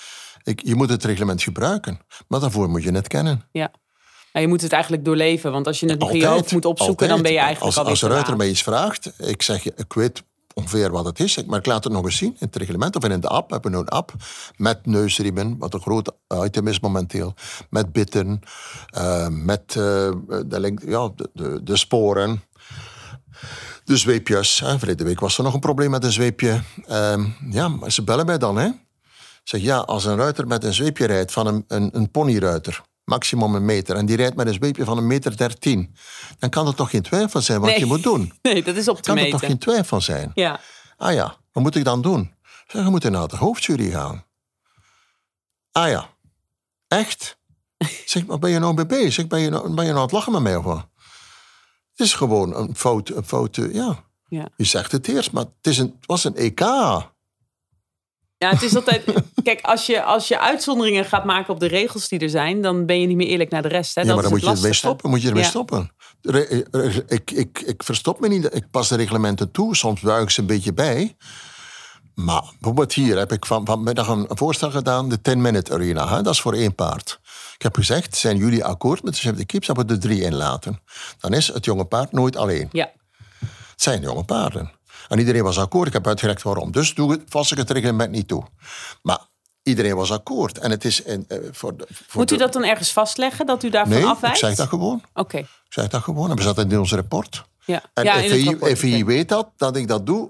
Je moet het reglement gebruiken. Maar daarvoor moet je het kennen. Ja. Nou, je moet het eigenlijk doorleven. Want als je het nog in je hoofd moet opzoeken... dan ben je eigenlijk als de ruiter mij iets vraagt... Ik zeg, ik weet ongeveer wat het is... maar ik laat het nog eens zien in het reglement... of in de app. We hebben nu een app met neusriemen... wat een groot item is momenteel. Met bitten. Met de sporen. De zweepjes. Verleden week was er nog een probleem met een zweepje. Maar ze bellen mij dan, hè. Zeg, ja, als een ruiter met een zweepje rijdt... van een ponyruiter... maximum 1 meter... en die rijdt met een zweepje van 1,13 meter... dan kan er toch geen twijfel zijn wat je moet doen? Nee, dat is op te meten. Kan er toch geen twijfel zijn? Ja. Ah ja, wat moet ik dan doen? Zeg, je moet naar de hoofdjury gaan. Ah ja, echt? Zeg, maar ben je nou mee bezig? Ben je nou aan het lachen met mij of wat? Het is gewoon een fout, ja. Je zegt het eerst, maar het was een EK. Ja, het is altijd... Kijk, als je uitzonderingen gaat maken op de regels die er zijn... dan ben je niet meer eerlijk naar de rest. Hè? Ja, maar dan moet je ermee stoppen. Stoppen. Ik verstop me niet. Ik pas de reglementen toe. Soms buig ik ze een beetje bij. Maar bijvoorbeeld hier heb ik vanmiddag een voorstel gedaan... de 10-minute arena. Hè? Dat is voor 1 paard. Ik heb gezegd, zijn jullie akkoord met de chef de keeps... dat we er 3 in laten. Dan is het jonge paard nooit alleen. Ja. Het zijn jonge paarden. En iedereen was akkoord. Ik heb uitgelegd waarom. Dus vast ik het reglement niet toe. Maar iedereen was akkoord. En het is... Moet u dat dan ergens vastleggen? Dat u daarvan afwijkt? Nee, ik zeg dat gewoon. Oké. Ik zeg dat gewoon. En we zetten het in ons rapport. Ja. En FI weet dat ik dat doe...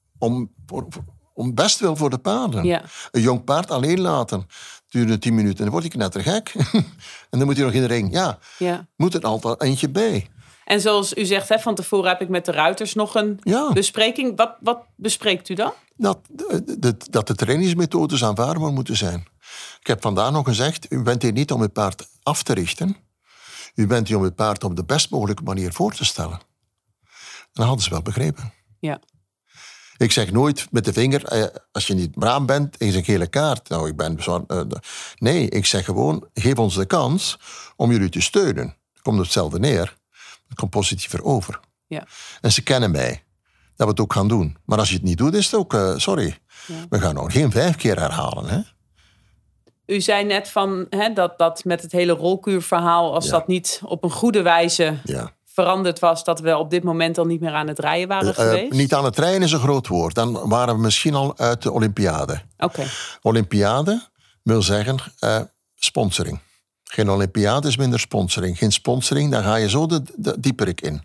om best wel voor de paarden. Ja. Een jong paard alleen laten. Duurde 10 minuten. Dan word ik knettergek. En dan moet hij nog in de ring. Ja. Moet er altijd eentje bij. En zoals u zegt, van tevoren heb ik met de ruiters nog een bespreking. Wat bespreekt u dan? Dat de trainingsmethodes aanvaardbaar moeten zijn. Ik heb vandaag nog gezegd, u bent hier niet om uw paard af te richten. U bent hier om uw paard op de best mogelijke manier voor te stellen. En dat hadden ze wel begrepen. Ja. Ik zeg nooit met de vinger, als je niet braaf bent, is een gele kaart. Nou, ik ben bezwaar. Nee, ik zeg gewoon, geef ons de kans om jullie te steunen. Komt hetzelfde neer. Het komt positiever over. Ja. En ze kennen mij. Dat we het ook gaan doen. Maar als je het niet doet, is het ook, sorry. Ja. We gaan nog geen 5 keer herhalen. Hè? U zei net van dat met het hele rolkuurverhaal... als dat niet op een goede wijze veranderd was... dat we op dit moment al niet meer aan het rijden waren geweest? Niet aan het rijden is een groot woord. Dan waren we misschien al uit de Olympiade. Oké. Olympiade wil zeggen sponsoring. Geen Olympiade is minder sponsoring. Geen sponsoring, dan ga je zo de dieperik in.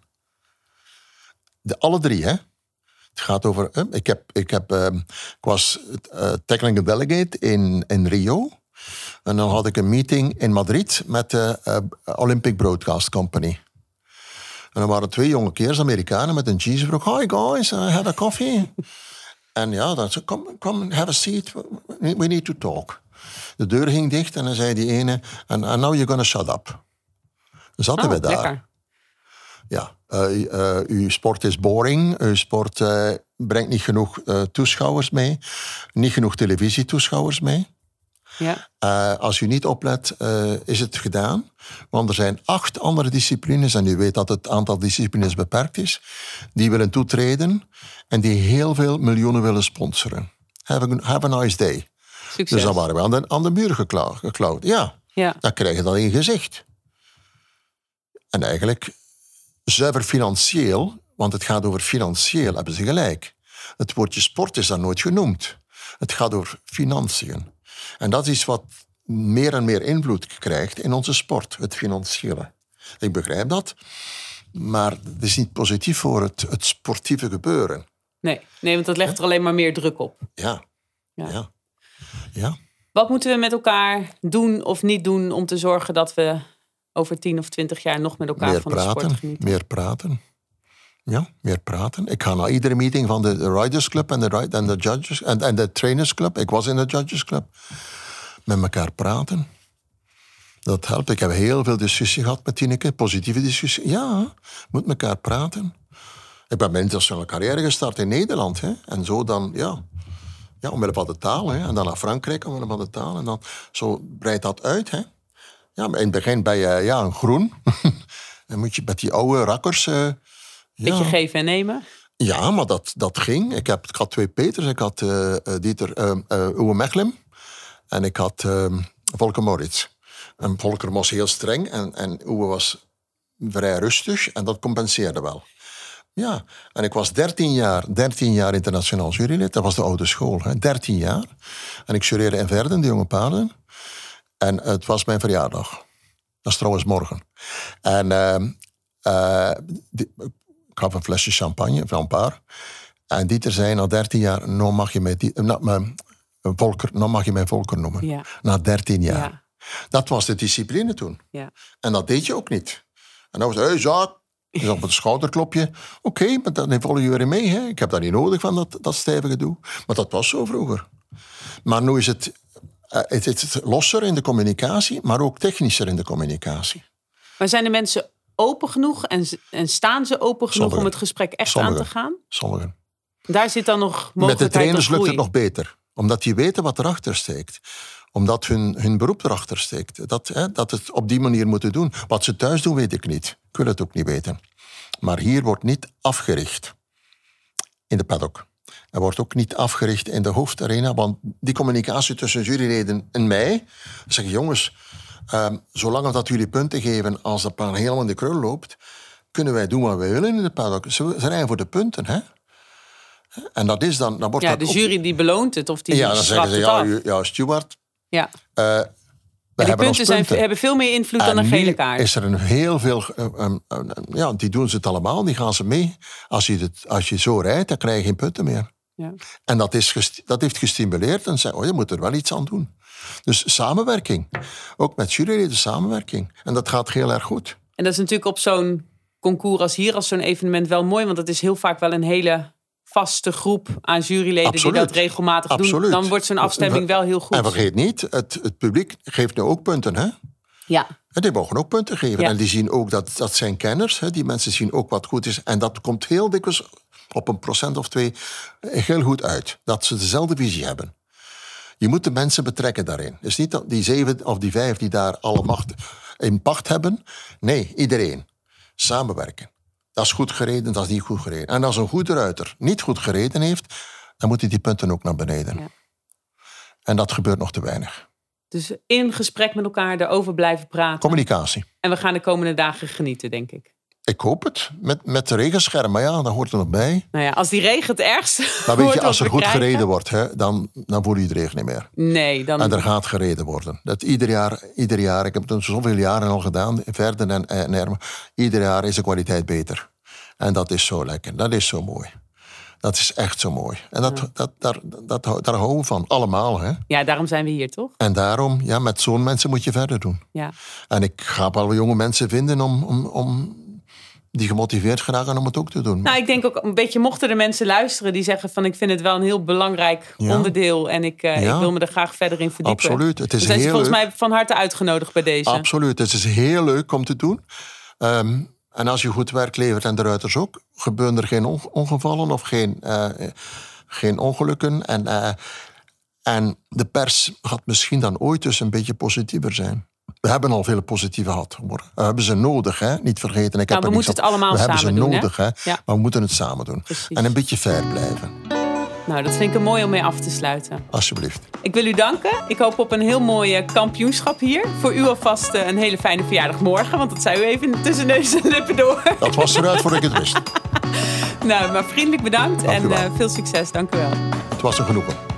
Alle 3, hè. Het gaat over... Ik was technical delegate in Rio. En dan had ik een meeting in Madrid met de Olympic Broadcast Company. En er waren 2 jonge kerels, Amerikanen, met een jeansbroek. Hi guys, I had a coffee. En ja, dan zei come have a seat. We need to talk. De deur ging dicht en dan zei die ene... And now you're gonna shut up. Dan zaten we daar. Lekker. Ja, uw sport is boring. Uw sport brengt niet genoeg toeschouwers mee. Niet genoeg televisietoeschouwers mee. Ja. Als u niet oplet, is het gedaan. Want er zijn 8 andere disciplines... en u weet dat het aantal disciplines beperkt is... die willen toetreden... en die heel veel miljoenen willen sponsoren. Have a nice day. Succes. Dus dan waren we aan de muur geklauwd. Ja, dan krijg je dat in je gezicht. En eigenlijk, zuiver financieel... want het gaat over financieel, hebben ze gelijk. Het woordje sport is daar nooit genoemd. Het gaat over financiën. En dat is wat meer en meer invloed krijgt in onze sport, het financiële. Ik begrijp dat, maar het is niet positief voor het sportieve gebeuren. Nee, want dat legt er alleen maar meer druk op. Ja. Wat moeten we met elkaar doen of niet doen om te zorgen dat we over 10 of 20 jaar nog met elkaar van de sport genieten? Meer praten. Ja, meer praten. Ik ga naar iedere meeting van de Riders Club en de Judges en de Trainers Club. Ik was in de Judges Club. Met elkaar praten. Dat helpt. Ik heb heel veel discussie gehad met Tineke. Positieve discussie. Ja, moet elkaar praten. Ik ben mijn internationale carrière gestart in Nederland. Hè. En zo dan, omwille van de taal. Hè. En dan naar Frankrijk omwille van de taal. En dan zo breidt dat uit. Hè. Ja, maar in het begin ben je een groen. Dan moet je met die oude rakkers... Beetje geven en nemen? Ja, maar dat ging. Ik had 2 Peters. Ik had Dieter Uwe Mechlem. En ik had Volker Moritz. En Volker was heel streng en Uwe was vrij rustig. En dat compenseerde wel. Ja, en ik was 13 jaar internationaal jurylid. Dat was de oude school, 13 jaar. En ik jureerde in Verden, de jonge paarden. En het was mijn verjaardag. Dat is trouwens morgen. En ik gaf een flesje champagne, van een paar. En Dieter zei, na 13 jaar, nou mag je mij Volker noemen. Ja. Na 13 jaar. Ja. Dat was de discipline toen. Ja. En dat deed je ook niet. En dan was het, hey Jacques, dus op het schouderklopje. Oké, maar dan volg je weer mee. Hè. Ik heb dat niet nodig van dat stijve gedoe. Maar dat was zo vroeger. Maar nu is het losser in de communicatie, maar ook technischer in de communicatie. Maar zijn de mensen open genoeg en staan ze open genoeg om het gesprek echt aan te gaan? Sommigen. Daar zit dan nog mogelijkheid. Met de trainers lukt het nog beter. Omdat die weten wat erachter steekt. Omdat hun beroep erachter steekt. Dat het op die manier moeten doen. Wat ze thuis doen, weet ik niet. Ik wil het ook niet weten. Maar hier wordt niet afgericht. In de paddock. Er wordt ook niet afgericht in de hoofdarena. Want die communicatie tussen juryleden en mij. Zeggen jongens, zolang dat jullie punten geven als dat paard helemaal in de krul loopt, kunnen wij doen wat wij willen in de paddock. Ze rijden voor de punten, hè. En dat is dan wordt de jury die beloont het of die straft het af. Ja, Stuart. Ja. Die punten hebben veel meer invloed dan een gele kaart. Is er heel veel. Die doen ze het allemaal, die gaan ze mee. Als je zo rijdt, dan krijg je geen punten meer. Ja. En dat heeft gestimuleerd en zei, je moet er wel iets aan doen. Dus samenwerking. Ook met juryleden samenwerking. En dat gaat heel erg goed. En dat is natuurlijk op zo'n concours als hier, als zo'n evenement wel mooi. Want het is heel vaak wel een hele vaste groep aan juryleden die dat regelmatig doen. Dan wordt zo'n afstemming wel heel goed. En vergeet niet, het publiek geeft nu ook punten, hè? Ja. En die mogen ook punten geven. Ja. En die zien ook, dat zijn kenners. Hè? Die mensen zien ook wat goed is. En dat komt heel dikwijls op 1% of 2 heel goed uit. Dat ze dezelfde visie hebben. Je moet de mensen betrekken daarin. Dus niet dat die 7 of die 5 die daar alle macht in pacht hebben. Nee, iedereen. Samenwerken. Dat is goed gereden, dat is niet goed gereden. En als een goede ruiter niet goed gereden heeft, dan moeten die punten ook naar beneden. Ja. En dat gebeurt nog te weinig. Dus in gesprek met elkaar erover blijven praten. Communicatie. En we gaan de komende dagen genieten, denk ik. Ik hoop het. Met de regenscherm, maar ja, dat hoort er nog bij. Nou ja, als die regen het ergst. Maar weet je, als er goed gereden wordt, hè, dan voel je de regen niet meer. Nee, dan. En er gaat gereden worden. Dat ieder jaar, ik heb het zoveel jaren al gedaan, Verden en Ermen. Ieder jaar is de kwaliteit beter. En dat is zo lekker. Dat is zo mooi. Dat is echt zo mooi. En daar houden we van. Allemaal, hè. Ja, daarom zijn we hier, toch? En daarom, ja, met zo'n mensen moet je verder doen. Ja. En ik ga wel jonge mensen vinden om die gemotiveerd geraken om het ook te doen. Nou, ik denk ook een beetje, mochten er mensen luisteren die zeggen van, ik vind het wel een heel belangrijk onderdeel en ik wil me er graag verder in verdiepen. Absoluut. Het is dan zijn heel ze volgens leuk. mij van harte uitgenodigd bij deze. Absoluut. Het is heel leuk om te doen. En als je goed werk levert en de ruiters ook, gebeuren er geen ongevallen of geen ongelukken. En de pers gaat misschien dan ooit dus een beetje positiever zijn. We hebben al veel positieve gehad. We hebben ze nodig, hè? Niet vergeten. We moeten het allemaal samen doen. We hebben ze nodig, hè? Ja. Maar we moeten het samen doen. Precies. En een beetje fair blijven. Nou, dat vind ik er mooi om mee af te sluiten. Alsjeblieft. Ik wil u danken. Ik hoop op een heel mooi kampioenschap hier. Voor u alvast een hele fijne verjaardag morgen. Want dat zei u even tussen neus en lippen door. Dat was eruit voordat ik het wist. Nou, maar vriendelijk bedankt. En veel succes. Dank u wel. Het was een genoegen.